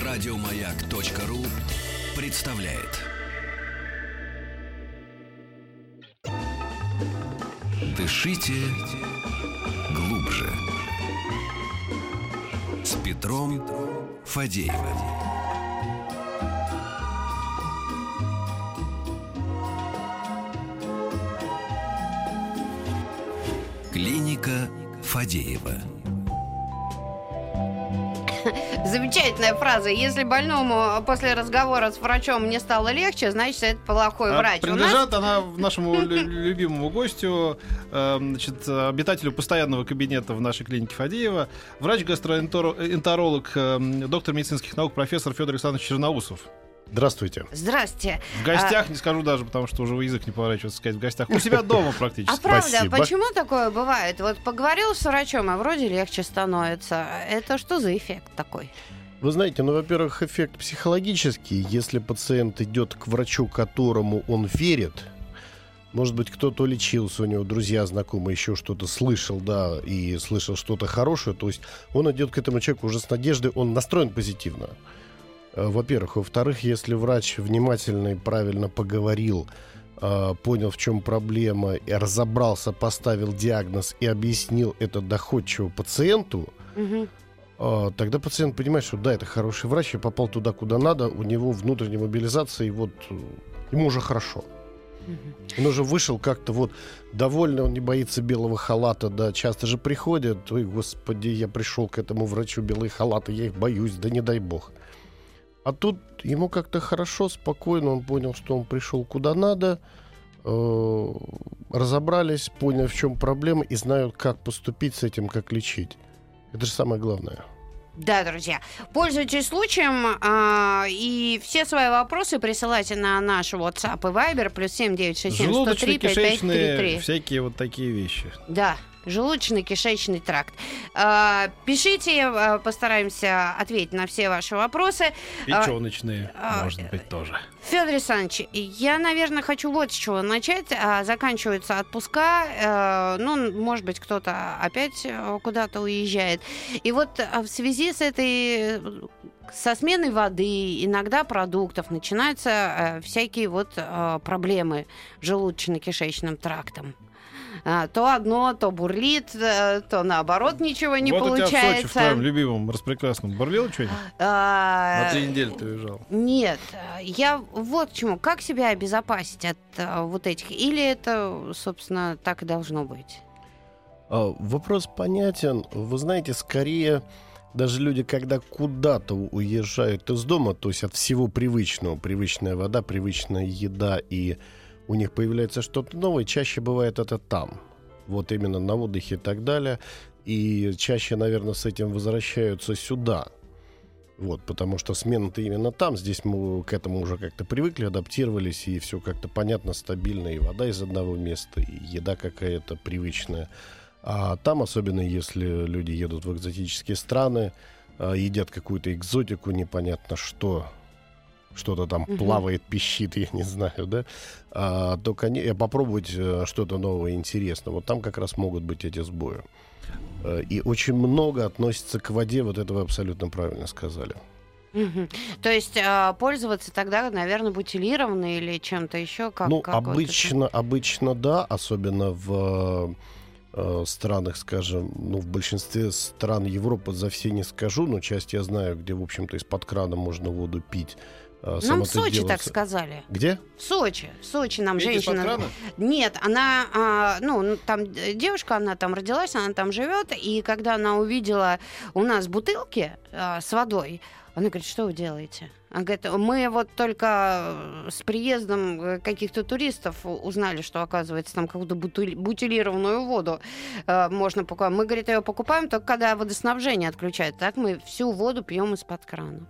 Радиомаяк.ру представляет. Дышите глубже. С Петром Фадеевым. Клиника Фадеева. Замечательная фраза. Если больному после разговора с врачом не стало легче, значит, это плохой врач. Принадлежит она нашему любимому гостю, обитателю постоянного кабинета в нашей клинике Фадеева, врач-гастроэнтеролог, доктор медицинских наук, профессор Федор Александрович Черноусов. Здравствуйте. Здрасте. В гостях не скажу даже, потому что уже язык не поворачивается сказать в гостях. У себя дома практически. А правда, Спасибо. почему такое бывает? Вот поговорил с врачом, а вроде легче становится. Это что за эффект такой? Вы знаете, во-первых, эффект психологический. Если пациент идет к врачу, которому он верит, может быть, кто-то лечился, у него друзья, знакомые, еще что-то слышал, да, и слышал что-то хорошее, то есть он идет к этому человеку уже с надеждой, он настроен позитивно. Во-первых. Во-вторых, если врач внимательно и правильно поговорил, понял, в чем проблема, и разобрался, поставил диагноз и объяснил это доходчиво пациенту, тогда пациент понимает, что да, это хороший врач, я попал туда, куда надо, у него внутренняя мобилизация, и вот ему уже хорошо. Он уже вышел как-то довольный, он не боится белого халата, да, часто же приходят, ой, господи, я пришел к этому врачу, белые халаты, я их боюсь, да не дай бог. А тут ему как-то хорошо, спокойно, он понял, что он пришел куда надо, разобрались, поняли, в чем проблема, и знают, как поступить с этим, как лечить. Это же самое главное. Да, друзья, пользуйтесь случаем и все свои вопросы присылайте на наш WhatsApp и Viber +7 967 103 5533. Всякие вот такие вещи. Да. Желудочно-кишечный тракт. Пишите, постараемся ответить на все ваши вопросы. Печёночные, может быть, тоже. Федор Александрович, я, наверное, хочу вот с чего начать. Заканчиваются отпуска. Может быть, кто-то опять куда-то уезжает. И вот в связи с со сменой воды, иногда продуктов, начинаются всякие проблемы с желудочно-кишечным трактом. То одно, то бурлит, то наоборот ничего не получается. Вот у тебя в Сочи, в твоем любимом распрекрасном, бурлило что-нибудь? На 3 недели ты уезжал. Нет, я вот чему. Как себя обезопасить от вот этих? Или это, собственно, так и должно быть? Вопрос понятен. Вы знаете, скорее даже люди, когда куда-то уезжают из дома, то есть от всего привычного, привычная вода, привычная еда, и у них появляется что-то новое, чаще бывает это там. Вот именно на отдыхе и так далее. И чаще, наверное, с этим возвращаются сюда. Потому что смена-то именно там. Здесь мы к этому уже как-то привыкли, адаптировались, и все как-то понятно, стабильно. И вода из одного места, и еда какая-то привычная. А там, особенно если люди едут в экзотические страны, едят какую-то экзотику, непонятно что-то там плавает, пищит, я не знаю, да, то попробовать что-то новое, интересное. Вот там как раз могут быть эти сбои. И очень много относится к воде, вот это вы абсолютно правильно сказали. То есть пользоваться тогда, наверное, бутилированной или чем-то еще? Обычно да, особенно в странах, скажем, в большинстве стран Европы, за все не скажу, но часть я знаю, где, в общем-то, из-под крана можно воду пить. Нам в Сочи так сказали. Где? В Сочи нам пить женщина... из-под крана? Нет, она, там девушка, она там родилась, она там живет, и когда она увидела у нас бутылки с водой, она говорит, что вы делаете? Она говорит, мы только с приездом каких-то туристов узнали, что, оказывается, там какую-то бутилированную воду можно покупать. Мы, говорит, ее покупаем только когда водоснабжение отключают. Так мы всю воду пьем из-под крана.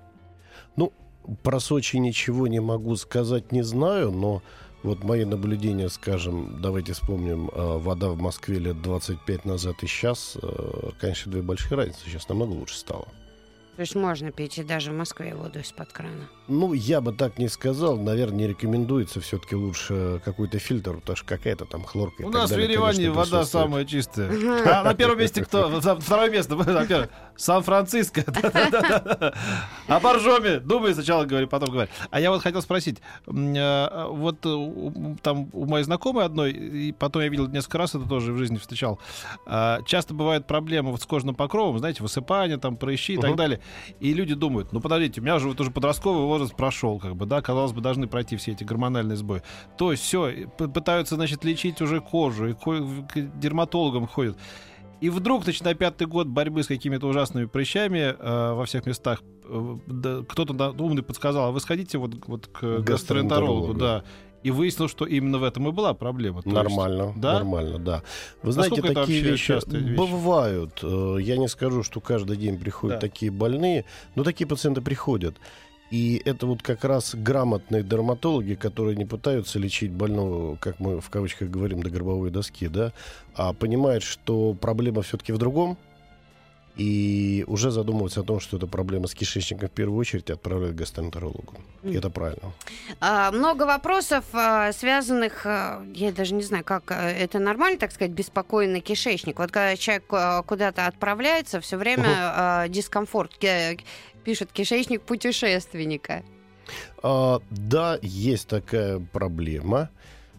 Про Сочи ничего не могу сказать, не знаю, но мои наблюдения, скажем, давайте вспомним, вода в Москве лет 25 назад и сейчас, конечно, две большие разницы. Сейчас намного лучше стало. То есть можно пить и даже в Москве воду из-под крана. Ну, я бы так не сказал. Наверное, не рекомендуется. Все-таки лучше какой-то фильтр, потому что какая-то там хлорка и У так нас в далее, Ереване конечно, вода присутствует. самая чистая. А на первом месте кто? Второе место. Сан-Франциско. А Боржоми. Думай сначала, говори, потом говори. А я вот хотел спросить. Вот там у моей знакомой одной, и потом я видел несколько раз, это тоже в жизни встречал, часто бывают проблемы вот с кожным покровом, знаете, высыпание, там, прыщи и так далее. И люди думают, ну, подождите, у меня же вот уже подростковый возраст прошел, как бы, да, казалось бы, должны пройти все эти гормональные сбои. То есть все, пытаются, значит, лечить уже кожу, и к дерматологам ходят. И вдруг, значит, на 5-й год борьбы с какими-то ужасными прыщами во всех местах кто-то умный подсказал, а вы сходите вот к гастроэнтерологу, да. И выяснилось, что именно в этом и была проблема. Нормально, да? Нормально, да. Вы знаете, такие вещи бывают. Я не скажу, что каждый день приходят такие больные, но такие пациенты приходят. И это вот как раз грамотные дерматологи, которые не пытаются лечить больного, как мы в кавычках говорим, до гробовой доски, да, а понимают, что проблема все-таки в другом, и уже задумываются о том, что это проблема с кишечником в первую очередь, и отправляют к гастроэнтерологу. И это правильно. Много вопросов, связанных, я даже не знаю, как это нормально, так сказать, беспокойный кишечник. Вот когда человек куда-то отправляется, все время дискомфорт, пишет кишечник путешественника. Да, есть такая проблема,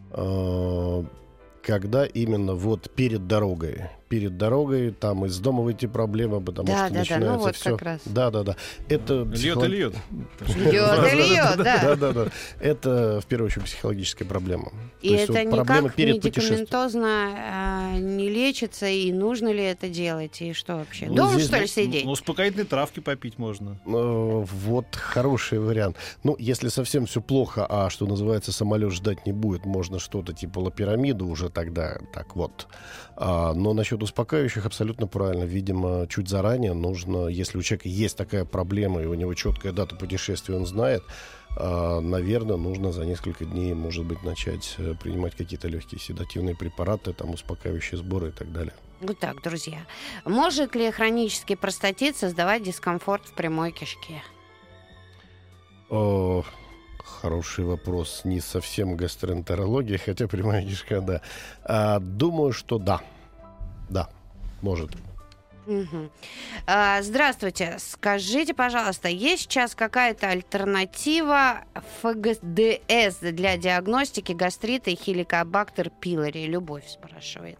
когда именно вот перед дорогой там из дома выйти проблема, потому что начинается ну вот все. Как раз. Да. Это Льет, да. Да. Это в первую очередь психологическая проблема. И это никак медикаментозно не лечится, и нужно ли это делать, и что вообще? Дома, что ли, сидеть? Ну, успокоительные травки попить можно. Вот хороший вариант. Ну, если совсем все плохо, а что называется, самолет ждать не будет, можно что-то типа лапирамиду уже тогда так вот. Но насчет успокаивающих абсолютно правильно. Видимо, чуть заранее нужно, если у человека есть такая проблема, и у него четкая дата путешествия, он знает, наверное, нужно за несколько дней, может быть, начать принимать какие-то легкие седативные препараты, там, успокаивающие сборы и так далее. Вот так, друзья. Может ли хронический простатит создавать дискомфорт в прямой кишке? Хороший вопрос. Не совсем гастроэнтерология, хотя прямая кишка, да. Думаю, что да. Да, может. Угу. Здравствуйте. Скажите, пожалуйста, есть сейчас какая-то альтернатива ФГДС для диагностики гастрита и хеликобактер пилори? Любовь спрашивает.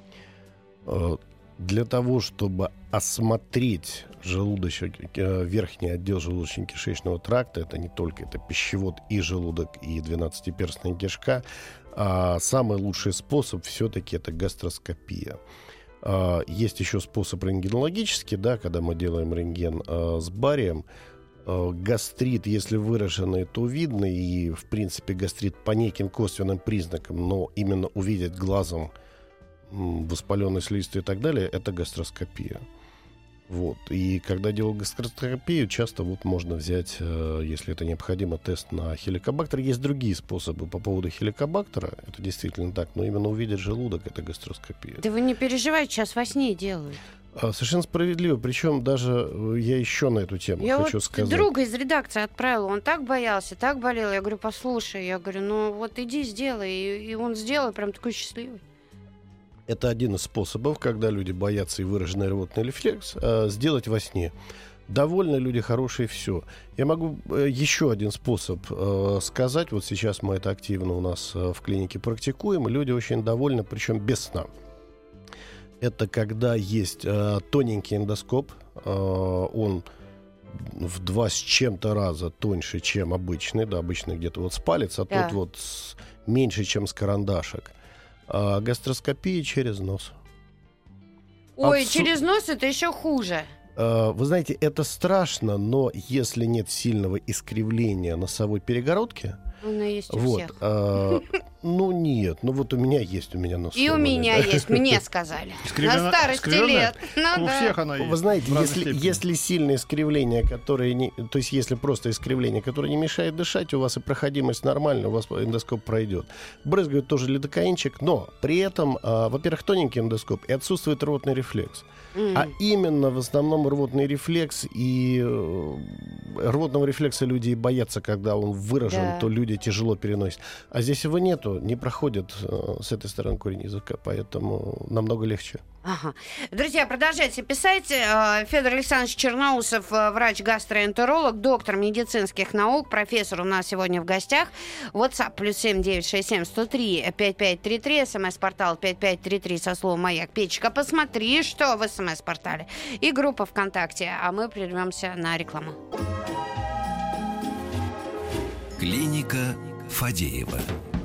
Для того, чтобы осмотреть верхний отдел желудочно-кишечного тракта, это не только это пищевод и желудок, и 12-перстная кишка, самый лучший способ все-таки это гастроскопия. Есть еще способ рентгенологический, да, когда мы делаем рентген с барием. Гастрит, если выраженный, то видно, и, в принципе, гастрит по неким косвенным признакам, но именно увидеть глазом воспаленные слизистые и так далее, это гастроскопия. Вот. И когда делают гастроскопию, часто вот можно взять, если это необходимо, тест на хеликобактер. Есть другие способы по поводу хеликобактера, это действительно так, но именно увидеть желудок — это гастроскопия. Да вы не переживайте, сейчас во сне делают. Совершенно справедливо. Причем даже я еще на эту тему хочу сказать. Я друга из редакции отправила, он так боялся, так болел. Я говорю, послушай, ну вот иди сделай. И он сделал, прям такой счастливый. Это один из способов, когда люди боятся и выраженный рвотный рефлекс, сделать во сне. Довольны люди хорошие, все. Я могу еще один способ сказать. Вот сейчас мы это активно у нас в клинике практикуем. Люди очень довольны, причем без сна. Это когда есть тоненький эндоскоп. Он в 2 с чем-то раза тоньше, чем обычный. Да, обычный где-то вот с палец, а тут вот меньше, чем с карандашик. Гастроскопия через нос. Ой, через нос это еще хуже. Вы знаете, это страшно, но если нет сильного искривления носовой перегородки, оно есть у всех. Ну, нет. Ну, вот у меня есть, у меня нос. И у меня есть, мне сказали. На старости лет. Ну У да. всех она есть. Вы знаете, в разной степени. если сильное искривление, которое не... То есть, если просто искривление, которое не мешает дышать, у вас и проходимость нормальная, у вас эндоскоп пройдет. Брызгают тоже лидокаинчик, но при этом, во-первых, тоненький эндоскоп и отсутствует рвотный рефлекс. А именно в основном рвотный рефлекс и рвотного рефлекса люди и боятся, когда он выражен, Да. то люди тяжело переносят. А здесь его нету, не проходит с этой стороны корень языка, поэтому намного легче. Ага. Друзья, продолжайте писать. Федор Александрович Черноусов, врач-гастроэнтеролог, доктор медицинских наук, профессор у нас сегодня в гостях. WhatsApp +7 967 103 5533, смс-портал 5533 со словом «Маяк». Печка, посмотри, что в смс-портале. И группа ВКонтакте. А мы прервемся на рекламу. Клиника Фадеева.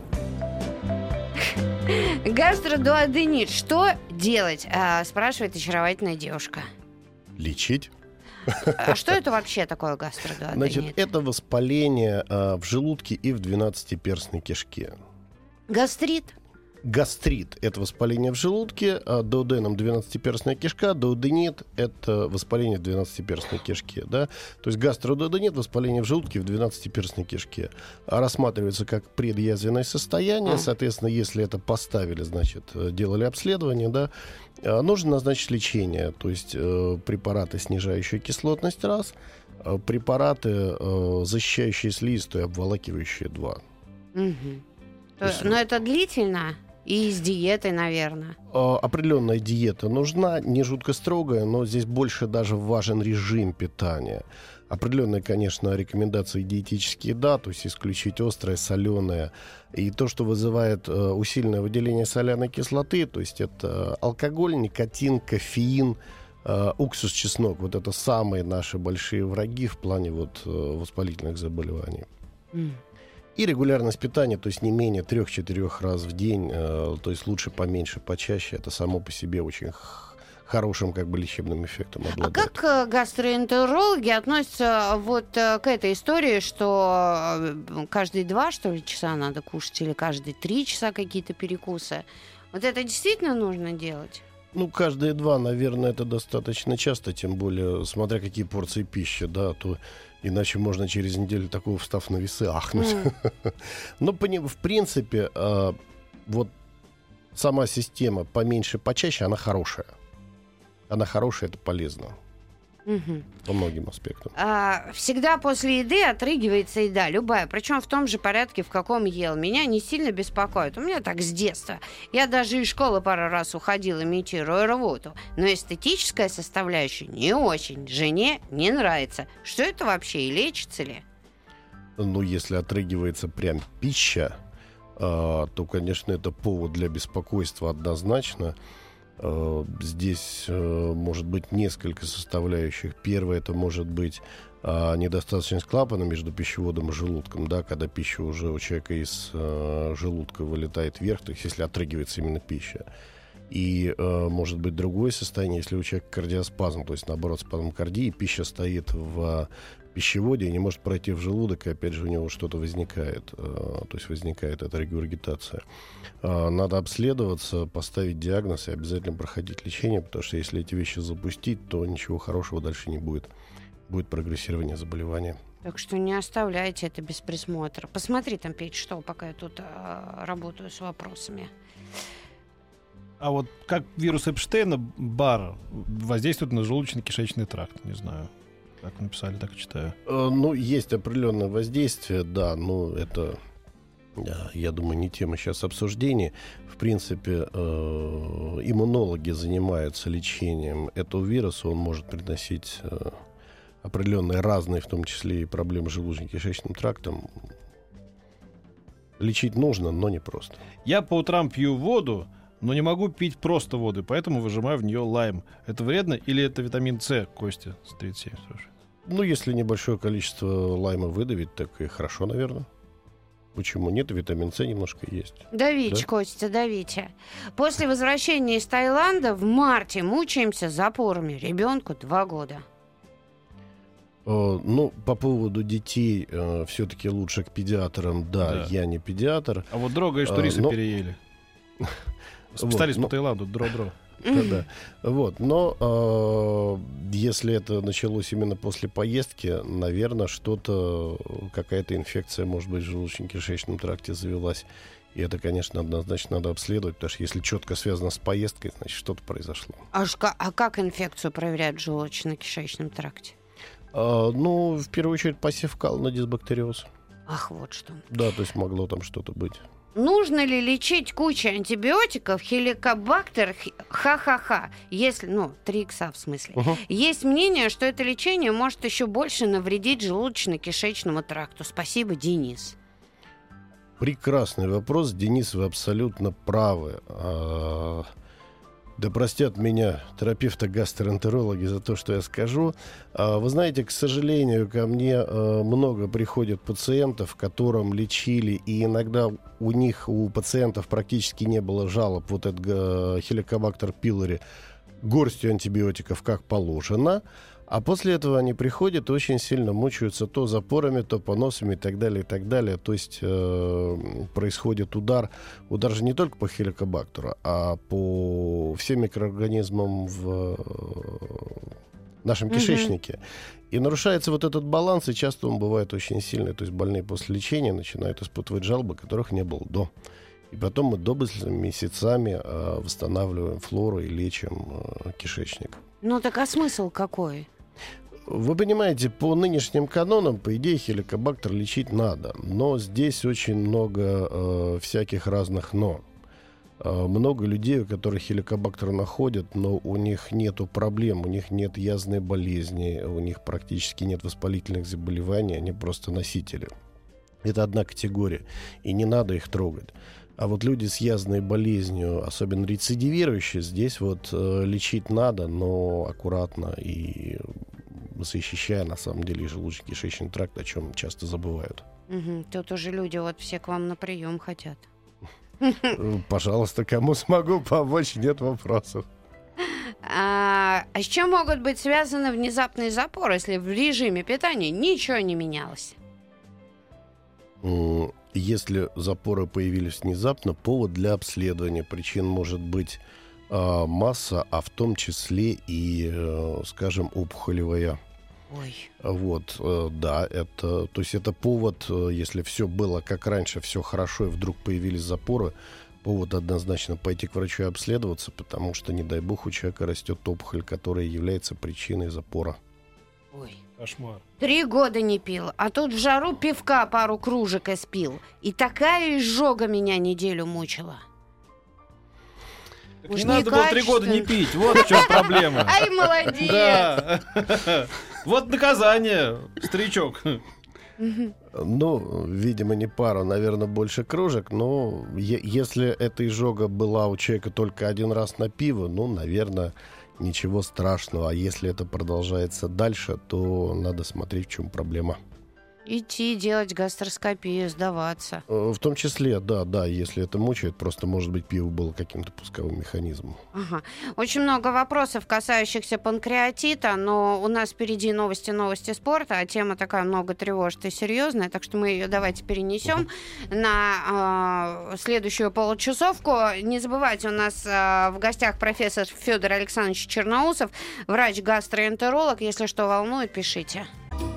Гастродуоденит. Что делать? Спрашивает очаровательная девушка. Лечить. А что это вообще такое гастродуоденит? Значит, это воспаление в желудке и в двенадцатиперстной кишке. Гастрит? Гастрит — это воспаление в желудке, а дуоденом — двенадцатиперстная кишка, дуоденит — это воспаление в двенадцатиперстной кишке. Да? То есть гастродуоденит — воспаление в желудке в двенадцатиперстной кишке. Рассматривается как предязвенное состояние. Соответственно, если это поставили, значит, делали обследование, да, нужно назначить лечение. То есть препараты, снижающие кислотность, раз, препараты, защищающие слизистую и обволакивающие, два. Но это длительно? И с диетой, наверное. Определенная диета нужна, не жутко строгая, но здесь больше даже важен режим питания. Определенные, конечно, рекомендации диетические, да, то есть исключить острое, соленое. И то, что вызывает усиленное выделение соляной кислоты, то есть это алкоголь, никотин, кофеин, уксус, чеснок. Вот это самые наши большие враги в плане вот воспалительных заболеваний. И регулярность питания, то есть не менее 3-4 раз в день, то есть лучше поменьше, почаще, это само по себе очень хорошим как бы лечебным эффектом обладает. А как гастроэнтерологи относятся вот к этой истории, что каждые 2, что ли, часа надо кушать, или каждые 3 часа какие-то перекусы? Вот это действительно нужно делать? Ну, каждые 2, наверное, это достаточно часто, тем более, смотря какие порции пищи, да, то иначе можно через неделю такого, встав на весы, ахнуть. Но, в принципе, вот сама система поменьше, почаще, она хорошая. Она хорошая, это полезно. По многим аспектам. Всегда после еды отрыгивается еда, любая, причем в том же порядке, в каком ел. Меня не сильно беспокоит. У меня так с детства. Я даже из школы пару раз уходила, имитируя рвоту. Но эстетическая составляющая не очень. Жене не нравится. Что это вообще и лечится ли? Ну, если отрыгивается прям пища, то, конечно, это повод для беспокойства однозначно. Здесь может быть несколько составляющих. Первое — это может быть недостаточность клапана между пищеводом и желудком, да, когда пища уже у человека из желудка вылетает вверх, то есть если отрыгивается именно пища. И может быть другое состояние, если у человека кардиоспазм, то есть наоборот спазм кардии, пища стоит в пищеводе и не может пройти в желудок, и опять же у него что-то возникает, то есть возникает эта регургитация. Надо обследоваться, поставить диагноз и обязательно проходить лечение, потому что если эти вещи запустить, то ничего хорошего дальше не будет. Будет прогрессирование заболевания. Так что не оставляйте это без присмотра. Посмотри там, Петь, что, пока я тут работаю с вопросами. А вот как вирус Эпштейна, БАР, воздействует на желудочно-кишечный тракт? Не знаю. Как написали, так и читаю. Ну, есть определенное воздействие, да, но это, я думаю, не тема сейчас обсуждения. В принципе, иммунологи занимаются лечением этого вируса. Он может приносить определенные разные, в том числе и проблемы с желудочно-кишечным трактом. Лечить нужно, но не просто. Я по утрам пью воду, но не могу пить просто воду, поэтому выжимаю в нее лайм. Это вредно или это витамин С, Костя с 37 спрашивает? Ну, если небольшое количество лайма выдавить, так и хорошо, наверное. Почему нет? Витамин С немножко есть. Давите, да? Костя, давите. После возвращения из Таиланда в марте мучаемся запорами. Ребенку 2 года. Ну, по поводу детей, все-таки лучше к педиатрам. Да, я не педиатр. А вот дрога и что рисы переели. Специалист по Таиланду, дро-дро. Да. Вот, но если это началось именно после поездки, наверное, какая-то инфекция, может быть, в желудочно-кишечном тракте завелась. И это, конечно, однозначно надо обследовать, потому что если четко связано с поездкой, значит, что-то произошло. А как инфекцию проверяют в желудочно-кишечном тракте? Ну, в первую очередь, посев кала на дисбактериоз. Ах, вот что. Да, то есть могло там что-то быть. Нужно ли лечить кучей антибиотиков хеликобактер ха-ха-ха? Если, 3 икса в смысле. Есть мнение, что это лечение может еще больше навредить желудочно-кишечному тракту. Спасибо, Денис. Прекрасный вопрос, Денис, вы абсолютно правы. Да простят меня терапевты-гастроэнтерологи за то, что я скажу. Вы знаете, к сожалению, ко мне много приходит пациентов, которым лечили, и иногда у пациентов практически не было жалоб. Вот этот хеликобактер пилори горстью антибиотиков, как положено. А после этого они приходят и очень сильно мучаются то запорами, то поносами и так далее, и так далее. То есть происходит удар. Удар же не только по хеликобактеру, а по всем микроорганизмам в нашем кишечнике. И нарушается вот этот баланс, и часто он бывает очень сильный. То есть больные после лечения начинают испытывать жалобы, которых не было до. И потом мы месяцами восстанавливаем флору и лечим кишечник. Ну так а смысл какой? Вы понимаете, по нынешним канонам, по идее, хеликобактер лечить надо. Но здесь очень много всяких разных «но». Много людей, у которых хеликобактер находят, но у них нету проблем, у них нет язвной болезни, у них практически нет воспалительных заболеваний, они просто носители. Это одна категория, и не надо их трогать. А вот люди с язвной болезнью, особенно рецидивирующие, здесь вот лечить надо, но аккуратно и защищая, на самом деле, и желудочно-кишечный тракт, о чем часто забывают. Тут уже люди вот все к вам на прием хотят. Пожалуйста, кому смогу помочь, нет вопросов. А с чем могут быть связаны внезапные запоры, если в режиме питания ничего не менялось? Если запоры появились внезапно, повод для обследования. Причин может быть масса, а в том числе и, скажем, опухолевая. Ой. Вот, да, то есть это повод, если все было как раньше, все хорошо, и вдруг появились запоры, повод однозначно пойти к врачу и обследоваться, потому что, не дай бог, у человека растет опухоль, которая является причиной запора. Ой. Кошмар. 3 года не пил, а тут в жару пивка пару кружек испил. И такая изжога меня неделю мучила. Не надо было 3 года не пить, вот в чем проблема. Ай, молодец! Да. Вот наказание, старичок. Ну, видимо, не пара, наверное, больше кружек, но если эта изжога была у человека только один раз на пиво, ну, наверное, ничего страшного. А если это продолжается дальше, то надо смотреть, в чем проблема. Идти делать гастроскопию, сдаваться. В том числе, да, если это мучает, просто, может быть, пиво было каким-то пусковым механизмом. Ага. Очень много вопросов, касающихся панкреатита, но у нас впереди новости спорта, а тема такая много тревожит и серьезная, так что мы ее давайте перенесем на следующую получасовку. Не забывайте, у нас в гостях профессор Федор Александрович Черноусов, врач-гастроэнтеролог. Если что волнует, пишите.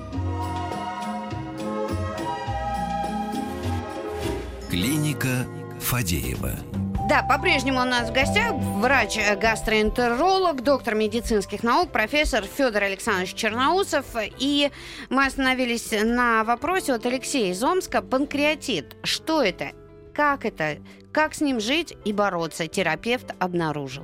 Клиника Фадеева. Да, по-прежнему у нас в гостях врач-гастроэнтеролог, доктор медицинских наук, профессор Федор Александрович Черноусов. И мы остановились на вопросе от Алексея из Омска. Панкреатит. Что это? Как это? Как с ним жить и бороться? Терапевт обнаружил.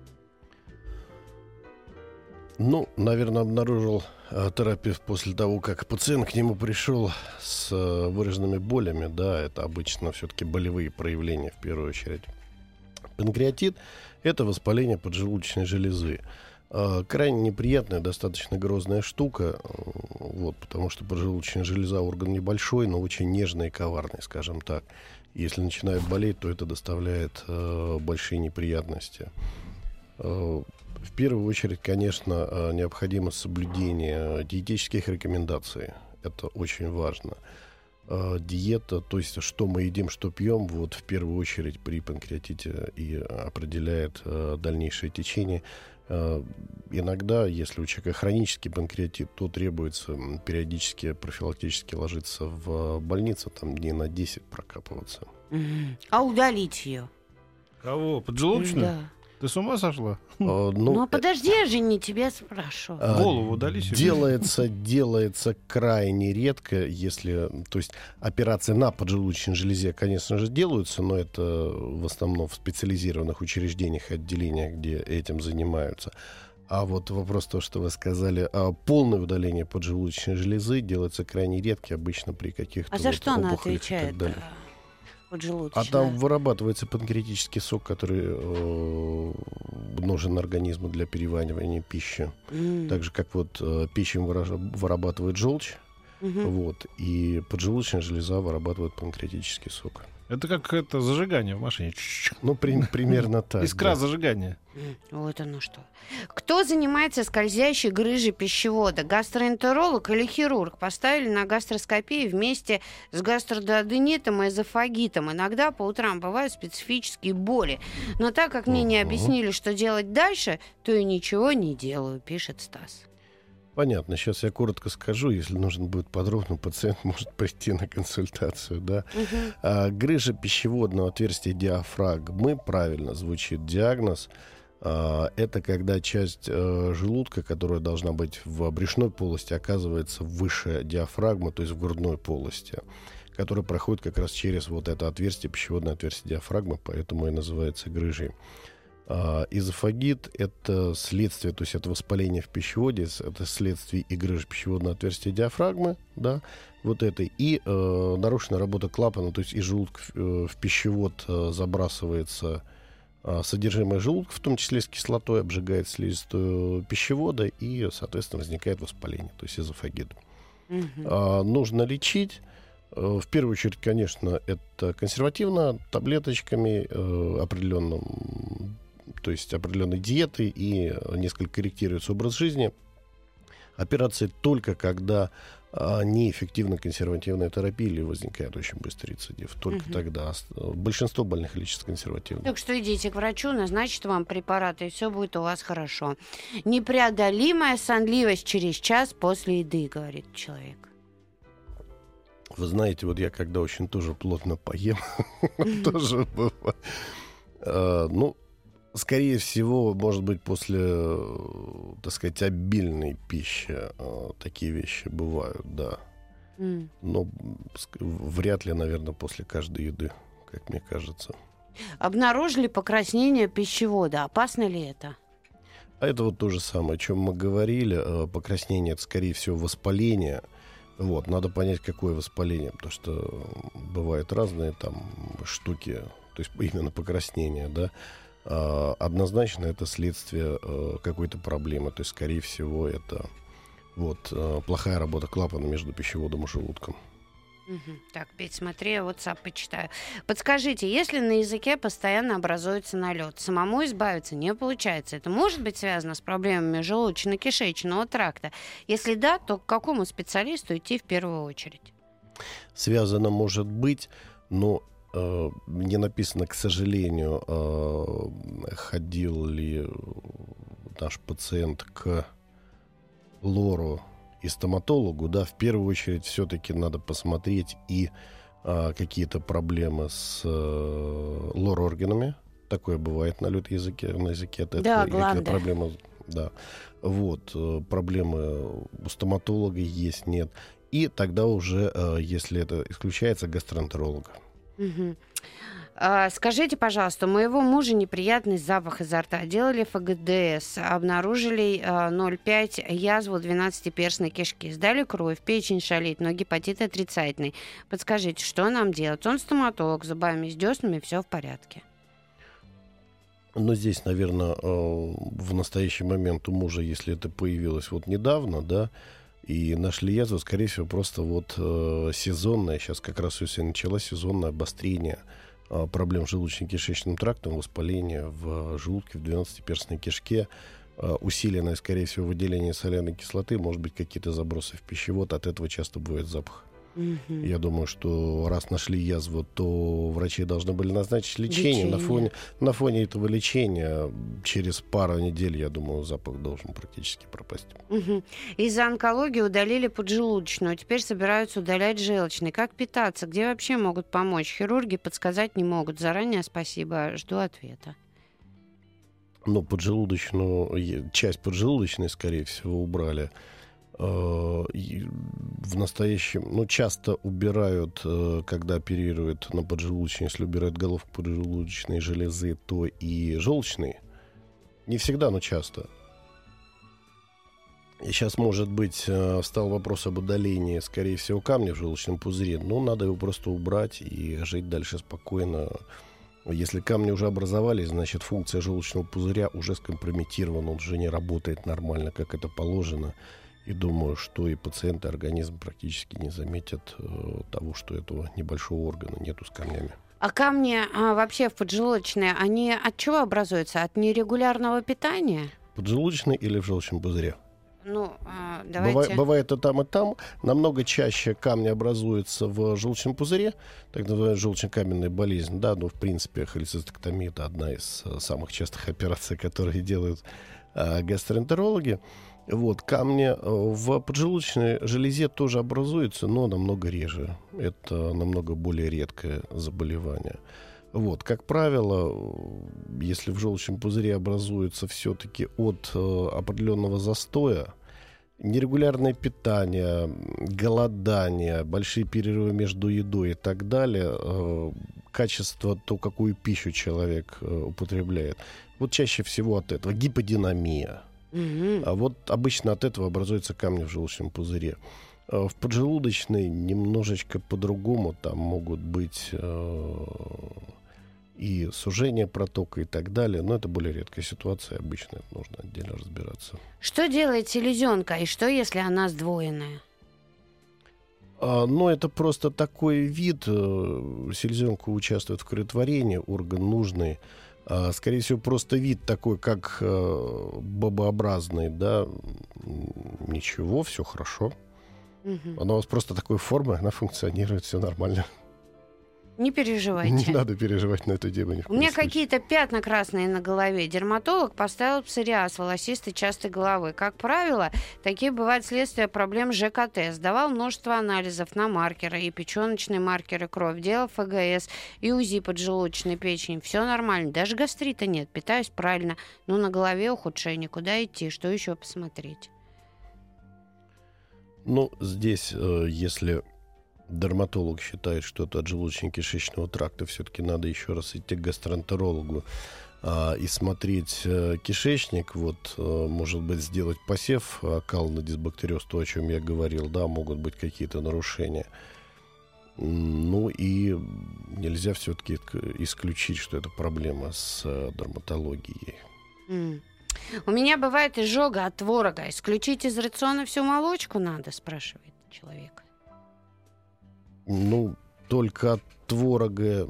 Ну, наверное, обнаружил терапевт после того, как пациент к нему пришел с выраженными болями. Да, это обычно все-таки болевые проявления в первую очередь. Панкреатит – это воспаление поджелудочной железы. Крайне неприятная, достаточно грозная штука, вот, потому что поджелудочная железа – орган небольшой, но очень нежный и коварный, скажем так. Если начинает болеть, то это доставляет большие неприятности. В первую очередь, конечно, необходимо соблюдение диетических рекомендаций. Это очень важно. Диета, то есть что мы едим, что пьем, вот в первую очередь при панкреатите и определяет дальнейшее течение. Иногда, если у человека хронический панкреатит, то требуется периодически, профилактически ложиться в больницу, там дней на 10 прокапываться. А удалить ее? Кого? Поджелудочную? Да. Ты с ума сошла? Ну, а подожди, я же не тебя спрашиваю. Голову удали себе. Делается крайне редко, если... То есть операции на поджелудочной железе, конечно же, делаются, но это в основном в специализированных учреждениях и отделениях, где этим занимаются. А вот вопрос, то, что вы сказали, полное удаление поджелудочной железы делается крайне редко, обычно при каких-то... А за что она опухолях и так отвечает? далее. Поджелудочная. А там вырабатывается панкреатический сок, который нужен организму для переваривания пищи. Так же, как вот печень вырабатывает желчь, вот, и поджелудочная железа вырабатывает панкреатический сок. Это как это зажигание в машине. Ну, примерно так. Искра да. зажигания. Вот оно что. Кто занимается скользящей грыжей пищевода? Гастроэнтеролог или хирург? Поставили на гастроскопии вместе с гастродуоденитом и эзофагитом. Иногда по утрам бывают специфические боли. Но так как мне не объяснили, что делать дальше, то и ничего не делаю, пишет Стас. Понятно. Сейчас я коротко скажу. Если нужно будет подробно, пациент может прийти на консультацию. Да? Грыжа пищеводного отверстия диафрагмы, правильно звучит диагноз. Это когда часть желудка, которая должна быть в брюшной полости, оказывается выше диафрагмы, то есть в грудной полости, которая проходит как раз через вот это отверстие, пищеводное отверстие диафрагмы, поэтому и называется грыжей. Эзофагит — это следствие, то есть это воспаление в пищеводе, это следствие и грыжи пищеводного отверстия диафрагмы, да, вот этой, и нарушенная работа клапана, то есть из желудка в пищевод забрасывается содержимое желудка, в том числе с кислотой, обжигает слизистую пищевода, и, соответственно, возникает воспаление, то есть эзофагит. Нужно лечить. В первую очередь, конечно, это консервативно, таблеточками, то есть определенной диетой, и несколько корректируется образ жизни. Операции только когда неэффективна консервативная терапия или возникает очень быстрый рецидив. Только тогда. Большинство больных лечится консервативно. Так что идите к врачу, назначит вам препараты, и все будет у вас хорошо. Непреодолимая сонливость через час после еды, говорит человек. Вы знаете, вот я когда очень тоже плотно поем, тоже бывает. Ну, скорее всего, может быть, после, так сказать, обильной пищи такие вещи бывают, да. Но вряд ли, наверное, после каждой еды, как мне кажется. Обнаружили покраснение пищевода. Опасно ли это? А это вот то же самое, о чем мы говорили. Покраснение — это, скорее всего, воспаление. Вот, надо понять, какое воспаление, потому что бывают разные там штуки, то есть именно покраснение, да. Однозначно это следствие какой-то проблемы, то есть, скорее всего, это вот плохая работа клапана между пищеводом и желудком. Так, Петь, смотри, я WhatsApp почитаю. Подскажите, если на языке постоянно образуется налет, самому избавиться не получается, это может быть связано с проблемами желудочно-кишечного тракта? Если да, то к какому специалисту идти в первую очередь? Связано может быть, но не написано, к сожалению, ходил ли наш пациент к лору и стоматологу, да, в первую очередь все-таки надо посмотреть и какие-то проблемы с лор-органами. Такое бывает на языке. Это да, гланды. Проблема, да. Вот, проблемы у стоматолога есть, нет. И тогда уже, если это исключается, гастроэнтеролога. Скажите, пожалуйста, у моего мужа неприятный запах изо рта. Делали ФГДС, обнаружили 0,5 язву 12-перстной кишки. Сдали кровь, печень шалит, но гепатит отрицательный. Подскажите, что нам делать? Он стоматолог, с зубами, с деснами, все в порядке. Но здесь, наверное, в настоящий момент у мужа, если это появилось вот недавно, да, и нашли язву, скорее всего, просто вот сезонное, сейчас как раз все началось, сезонное обострение проблем с желудочно-кишечным трактом, воспаление в желудке, в 12-перстной кишке. усиленное, скорее всего, выделение соляной кислоты, может быть, какие-то забросы в пищевод, от этого часто бывает запах. Я думаю, что раз нашли язву, то врачи должны были назначить лечение. На фоне этого лечения через пару недель, я думаю, запах должен практически пропасть. Из-за онкологии удалили поджелудочную, теперь собираются удалять желчный. Как питаться? Где вообще могут помочь? Хирурги подсказать не могут. Заранее спасибо, жду ответа. Но часть поджелудочной, скорее всего, убрали. В настоящем, часто убирают, когда оперируют на поджелудочной, если убирают головку поджелудочной железы, то и желчный. Не всегда, но часто. И сейчас, может быть, встал вопрос об удалении, скорее всего, камня в желчном пузыре, но надо его просто убрать и жить дальше спокойно. Если камни уже образовались, значит, функция желчного пузыря уже скомпрометирована, он уже не работает нормально, как это положено. И думаю, что и пациенты, организм практически не заметят того, что этого небольшого органа нету с камнями. А камни вообще в поджелудочной, они от чего образуются? От нерегулярного питания? Поджелудочной или в желчном пузыре? Давайте. Бывает и там, и там. Намного чаще камни образуются в желчном пузыре, так называемая желчнокаменная болезнь. Да, в принципе, холецистектомия — это одна из самых частых операций, которые делают гастроэнтерологи. Камни в поджелудочной железе тоже образуются, но намного реже. Это намного более редкое заболевание. Как правило, если в желчном пузыре образуется все-таки от определенного застоя, нерегулярное питание, голодание, большие перерывы между едой и так далее, качество, то, какую пищу человек употребляет, чаще всего от этого. Гиподинамия. Обычно от этого образуются камни в желчном пузыре. В поджелудочной немножечко по-другому. Там могут быть и сужение протока и так далее. Но это более редкая ситуация. Обычно нужно отдельно разбираться. Что делает селезенка? И что, если она сдвоенная? Это просто такой вид. Селезенка участвует в кроветворении. Орган нужный. Скорее всего, просто вид такой, как бобообразный, да. Ничего, все хорошо. Она у вас просто такой формы, она функционирует, все нормально. Не переживайте. Не надо переживать на эту тему. У меня какие-то пятна красные на голове. Дерматолог поставил псориаз волосистой частой головы. Как правило, такие бывают следствия проблем ЖКТ. Сдавал множество анализов на маркеры и печеночные маркеры крови. Делал ФГС и УЗИ поджелудочной печени. Все нормально. Даже гастрита нет. Питаюсь правильно. Но на голове ухудшение. Куда идти? Что еще посмотреть? Здесь, если дерматолог считает, что это от желудочно-кишечного тракта, все-таки надо еще раз идти к гастроэнтерологу и смотреть кишечник. Может быть, сделать посев, кал на дисбактериоз, то, о чем я говорил, да, могут быть какие-то нарушения. И нельзя все-таки исключить, что это проблема с дерматологией. У меня бывает изжога от творога. Исключить из рациона всю молочку надо, спрашивает человек. Только от творога.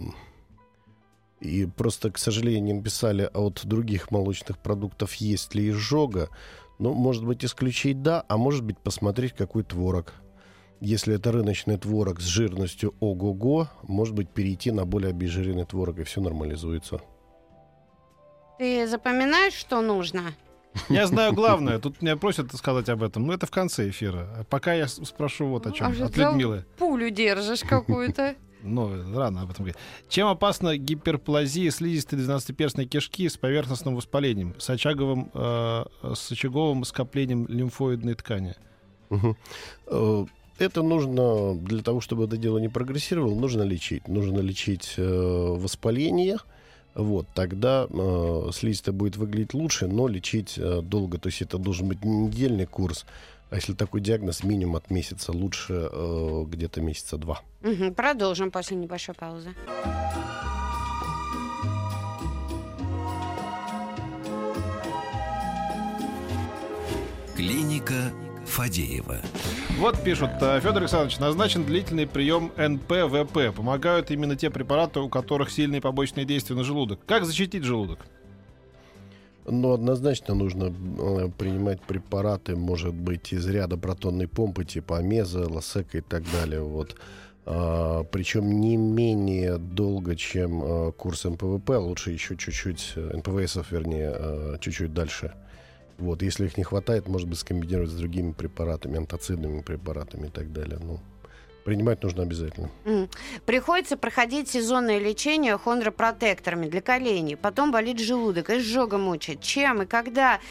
И просто, к сожалению, не написали, от других молочных продуктов есть ли изжога. Может быть, исключить да, а может быть, посмотреть, какой творог. Если это рыночный творог с жирностью ого-го, может быть, перейти на более обезжиренный творог, и все нормализуется. Ты запоминаешь, что нужно? Я знаю главное. Тут меня просят сказать об этом. Это в конце эфира. Пока я спрошу о чем. От Людмилы. Пулю держишь какую-то. Рано об этом говорить. Чем опасна гиперплазия слизистой двенадцатиперстной кишки с поверхностным воспалением, с очаговым скоплением лимфоидной ткани? Это нужно, для того, чтобы это дело не прогрессировало, нужно лечить. Нужно лечить воспаление. Тогда слизистая будет выглядеть лучше, но лечить долго. То есть это должен быть не недельный курс, а если такой диагноз, минимум от месяца, лучше где-то месяца 2. Продолжим после небольшой паузы. Клиника Фадеева. Пишут: Федор Александрович, назначен длительный прием НП-ВП. Помогают именно те препараты, у которых сильные побочные действия на желудок. Как защитить желудок? Но однозначно нужно принимать препараты, может быть, из ряда протонной помпы, типа Амеза, Лосека и так далее. Вот. Причем не менее долго, чем курс НПВП, лучше еще чуть-чуть, НПВСов, вернее, чуть-чуть дальше. Вот. Если их не хватает, может быть, скомбинировать с другими препаратами, антоцидными препаратами и так далее. Ну, принимать нужно обязательно. Приходится проходить сезонное лечение хондропротекторами для коленей. Потом болит желудок, изжога мучает. Чем и когда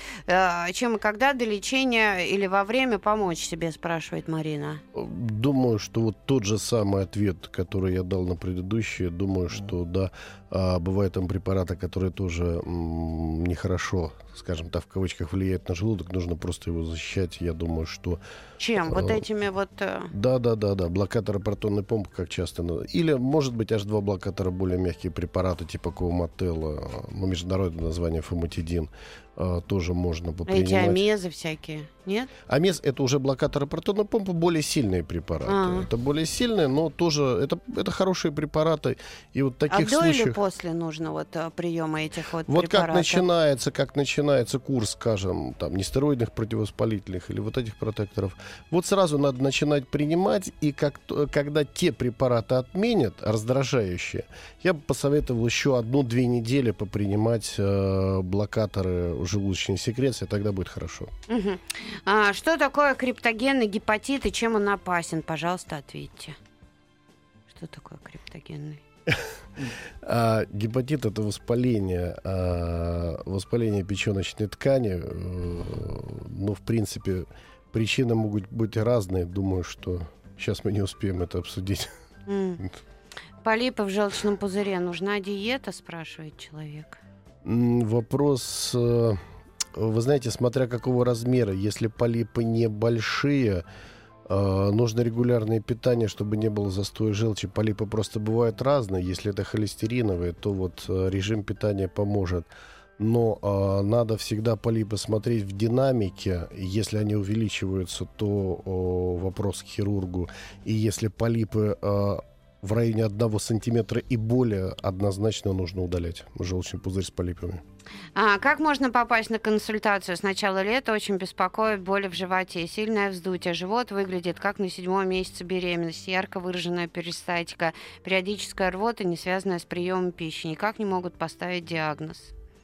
до лечения или во время помочь себе, спрашивает Марина. Думаю, что вот тот же самый ответ, который я дал на предыдущее, думаю, что да, бывают там препараты, которые тоже нехорошо, скажем так, в кавычках, влияют на желудок. Нужно просто его защищать. Я думаю, что... Чем? Вот этими вот... Да. Блокаторы протонной помпы, как часто... Или, может быть, H2 блокаторы, более мягкие препараты, типа Коумателла, международное название фамотидин, тоже можно попринимать. Эти амезы всякие, нет? Амез — это уже блокаторы протонной помпы, более сильные препараты. Это более сильные, но тоже это хорошие препараты. И вот таких до случаев... или после нужно вот приема этих вот Вот препаратов? как начинается курс, скажем, там, нестероидных противовоспалительных или вот этих протекторов, вот сразу надо начинать принимать, и когда те препараты отменят, раздражающие, я бы посоветовал еще 1-2 недели попринимать блокаторы желудочной секреции, тогда будет хорошо. Что такое криптогенный гепатит и чем он опасен? Пожалуйста, ответьте. Что такое криптогенный? Гепатит — это воспаление печеночной ткани. Ну, в принципе, причины могут быть разные. Думаю, что сейчас мы не успеем это обсудить. Полипы в желчном пузыре. Нужна диета, спрашивает человек. Вопрос, вы знаете, смотря какого размера. Если полипы небольшие, нужно регулярное питание, чтобы не было застоя желчи. Полипы просто бывают разные. Если это холестериновые, то вот режим питания поможет. Но надо всегда полипы смотреть в динамике. Если они увеличиваются, то вопрос к хирургу. И если полипы в районе 1 сантиметра и более, однозначно нужно удалять желчный пузырь с полипами. Как можно попасть на консультацию? С начала лета очень беспокоит боли в животе и сильное вздутие. Живот выглядит как на 7-м месяце беременности. Ярко выраженная перистальтика, периодическая рвота, не связанная с приемом пищи. Никак не могут поставить диагноз.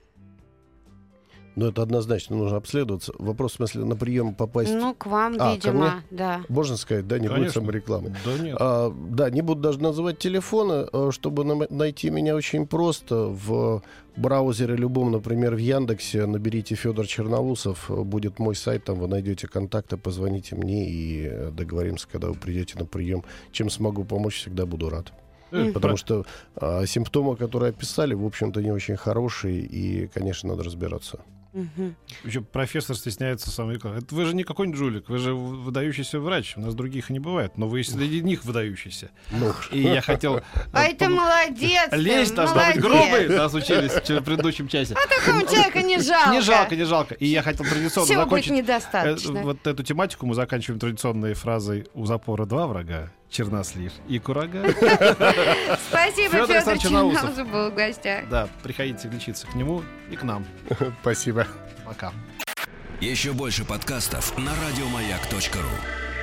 Но это однозначно нужно обследоваться. Вопрос, в смысле, на прием попасть... Ну, к вам, видимо, да. Можно сказать, да, не будет саморекламы. Да, нет. Да, не буду даже называть телефоны. Чтобы найти меня очень просто. В браузере любом, например, в Яндексе, наберите Федор Черноусов, будет мой сайт, там вы найдете контакты, позвоните мне и договоримся, когда вы придете на прием. Чем смогу помочь, всегда буду рад. Потому что симптомы, которые описали, в общем-то, не очень хорошие, и, конечно, надо разбираться. Еще профессор стесняется сам. Вы же не какой-нибудь жулик, вы же выдающийся врач. У нас других и не бывает, но вы среди них выдающийся. И я хотел... Это молодец! Лезть должна быть грубой, нас учились в предыдущем часе. Такому человеку не жалко. Не жалко. И я хотел традиционно Всего будет закончить недостаточно. вот эту тематику. Мы заканчиваем традиционной фразой: у запора 2 врага. Чернослив и курага. Спасибо, Федор Черноусов был в гостях. Да, приходите лечиться к нему и к нам. Спасибо. Пока. Еще больше подкастов на радиомаяк.ру.